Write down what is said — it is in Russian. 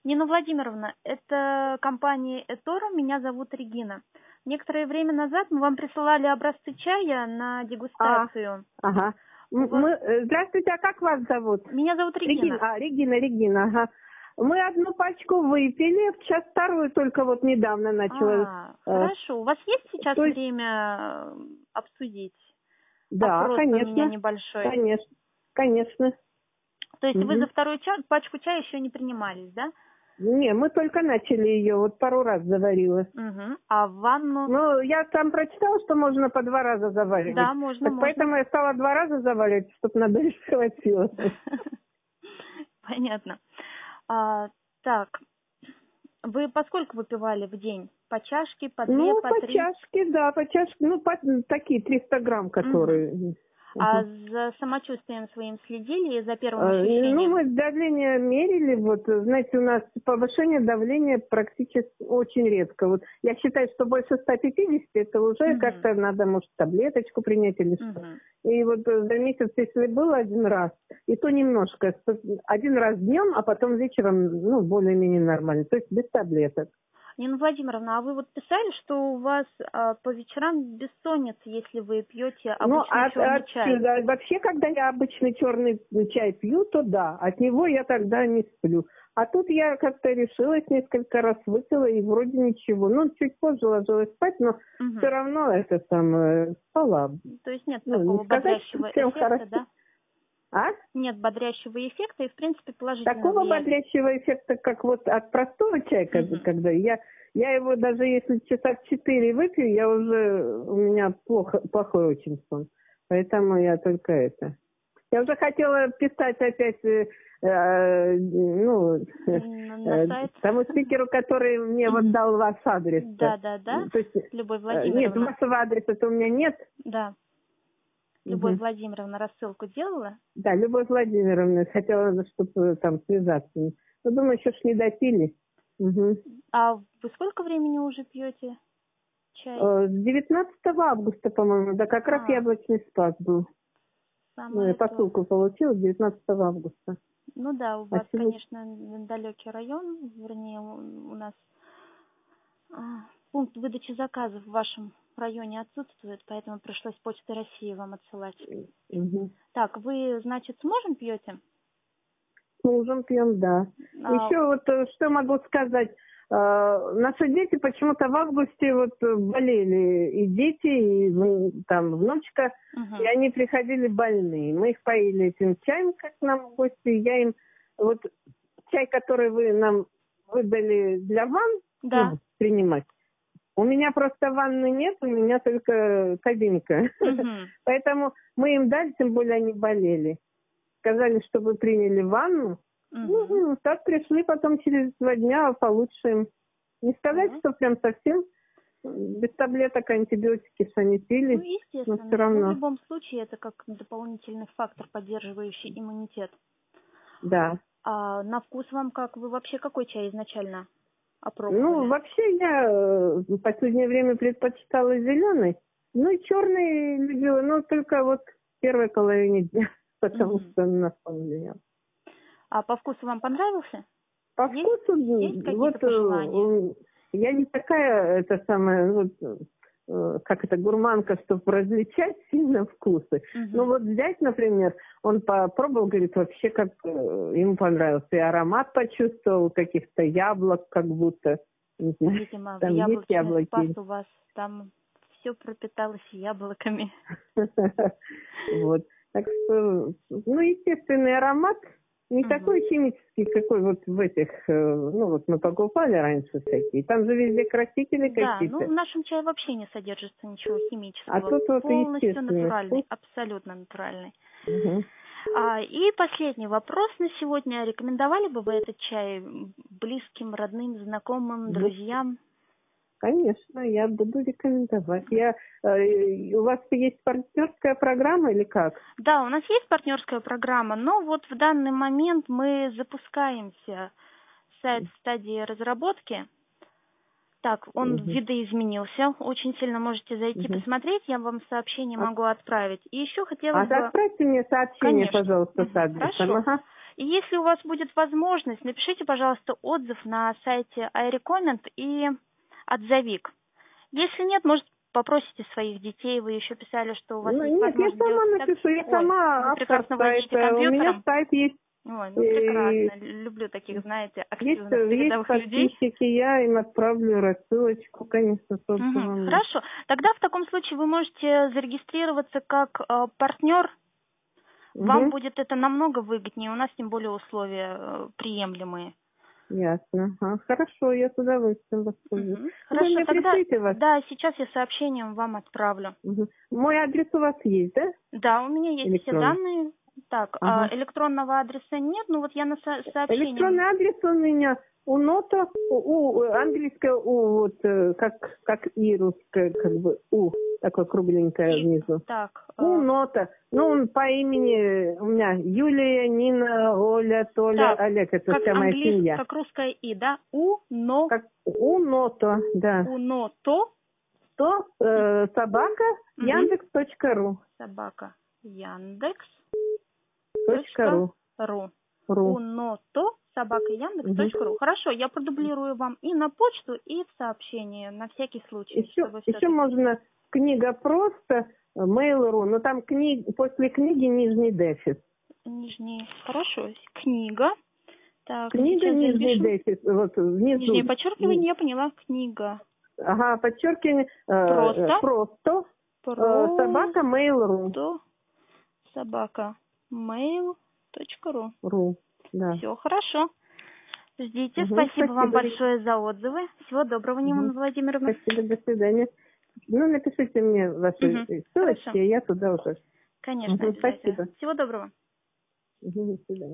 Нина Владимировна, это компания eToro, меня зовут Регина. Некоторое время назад мы вам присылали образцы чая на дегустацию. Ага. Здравствуйте, а как вас зовут? Меня зовут Регина. Регина, ага. Мы одну пачку выпили, сейчас вторую только вот недавно начала. Хорошо. У вас есть сейчас время обсудить? Да, опрос конечно. у меня небольшой. Конечно. То есть вы за вторую пачку чая еще не принимались, да? Не, мы только начали ее, вот пару раз заварила. А в ванну? Ну, я там прочитала, что можно по 2 раза заваривать. Да, можно. Поэтому я стала 2 раза заваривать, чтобы на дольше хватило. Понятно. Так, вы поскольку выпивали в день? По чашке, по 2, по 3? По чашке, да, по чашке. Ну, такие 300 грамм, которые... А за самочувствием своим следили, за первым ощущением? Ну, мы давление мерили, вот, знаете, у нас повышение давления практически очень редко. Вот я считаю, что больше 150, это уже как-то надо, может, таблеточку принять или что. И вот за месяц, если было 1 раз, и то немножко, 1 раз днем, а потом вечером, ну, более-менее нормально, то есть без таблеток. Нина Владимировна, а вы вот писали, что у вас по вечерам бессонница, если вы пьете обычный черный чай? Вообще, когда я обычный черный чай пью, то да, от него я тогда не сплю. А тут я как-то решилась, несколько раз выпила, и вроде ничего. Ну, чуть позже ложилась спать, но все равно это самое спала. То есть нет такого бодрящего эффекта, да? А? Нет бодрящего эффекта и, в принципе, положительно Такого влияет. бодрящего эффекта, как вот от простого чая, когда я его даже если часа в 4 выпью, у меня плохой очень сон. Поэтому я только это. Я уже хотела писать опять, тому спикеру, который мне вот дал ваш адрес. Да. То есть, Любовь Владимировна. Нет, вашего адреса-то у меня нет. Да. Любовь Владимировна рассылку делала? Да, Любовь Владимировна хотела, чтобы там связаться. Но думаю, еще ж не допили. А вы сколько времени уже пьете чай? С 19 августа, по-моему, да, как раз яблочный спас был. Я посылку получила 19 августа. Ну да, у вас, конечно, далекий район, вернее, у нас пункт выдачи заказов в вашем районе отсутствует, поэтому пришлось Почтой России вам отсылать. Так, вы, значит, с мужем пьете? С мужем пьем, да. Еще вот что могу сказать. Наши дети почему-то в августе вот болели. И дети, и там внучка. И они приходили больные. Мы их поили этим чаем, как нам в гости. Я им вот чай, который вы нам выдали для ванн, принимать. У меня просто ванны нет, у меня только кабинка. Поэтому мы им дали, тем более они болели. Сказали, чтобы приняли ванну. Так пришли потом через 2 дня получше им. Не сказать, что прям совсем без таблеток, антибиотики, что они пили. Ну, естественно. Но все равно. В любом случае это как дополнительный фактор, поддерживающий иммунитет. Да. А на вкус вам как? Вы вообще какой чай изначально опробовали? Ну, вообще я в последнее время предпочитала зеленый. Ну и черный любила, но только вот в первой половине дня, потому что на сон влиял. А по вкусу вам понравился? По вкусу, есть какие-то пожелания? Я не такая, гурманка, чтобы различать сильно вкусы. Ну вот взять, например, он попробовал, говорит, вообще как ему понравился. И аромат почувствовал каких-то яблок, как будто. Не знаю, видимо, там в есть яблоки. Спас у вас там все пропиталось яблоками. Вот. Так что, естественный аромат. Не такой химический, какой вот в этих, мы покупали раньше всякие. Там же везде красители какие-то. Да, в нашем чае вообще не содержится ничего химического. А тут вот полностью натуральный, абсолютно натуральный. И последний вопрос на сегодня. Рекомендовали бы вы этот чай близким, родным, знакомым, друзьям? Конечно, я буду рекомендовать. У вас есть партнерская программа или как? Да, у нас есть партнерская программа, но вот в данный момент мы запускаемся. Сайт в стадии разработки. Так, он видоизменился. Очень сильно можете зайти посмотреть. Я вам сообщение могу отправить. И еще хотелось бы... Отправьте мне сообщение, конечно, пожалуйста, с адресом. Хорошо. И если у вас будет возможность, напишите, пожалуйста, отзыв на сайте iRecommend и отзовик. Если нет, может, попросите своих детей, вы еще писали, что у вас есть Нет, я возможность сама делать... напишу, я сама автор прекрасно владеете сайта. У меня компьютером. сайт есть. Ой, ну прекрасно. Люблю таких, знаете, активных, передовых людей. Есть подписчики, я им отправлю рассылочку, конечно, с отзывами. Хорошо. Тогда в таком случае вы можете зарегистрироваться как партнер. Вам будет это намного выгоднее. У нас тем более условия приемлемые. Ясно. Хорошо, я с удовольствием воспользуюсь. Хорошо, тогда вас? Да, сейчас я сообщением вам отправлю. Мой адрес у вас есть, да? Да, у меня есть все данные. Так, электронного адреса нет, ну вот я на сообщение... Электронный адрес у меня у нота, у английское у, вот как и русское, как бы у, такое кругленькое внизу. Так. У нота. Ну, он по имени у меня Юлия, Нина, Оля, Толя, Олег. Это вся моя семья. Как русское и, да? У-но. Как у-ното, да. У-ното. Собака Яндекс.ру. Собака Яндекс. .ру. Уното собака Яндекс.ру. Хорошо, я продублирую вам и на почту, и в сообщение, на всякий случай. Еще можно книга просто Mail.ru, но там после книги нижний дефис. Хорошо, книга. Так, книга, нижний дефис. Вот внизу. Нижнее подчеркивание, я поняла, книга. Ага, подчеркивание. Просто. Собака Mail.ru. Собака mail.ru. Да. Все хорошо. Ждите. Спасибо вам большое за отзывы. Всего доброго, Нина Владимировна. Спасибо, до свидания. Ну, напишите мне ваши ссылочки, я туда уже. Конечно. Спасибо. Всего доброго. До свидания.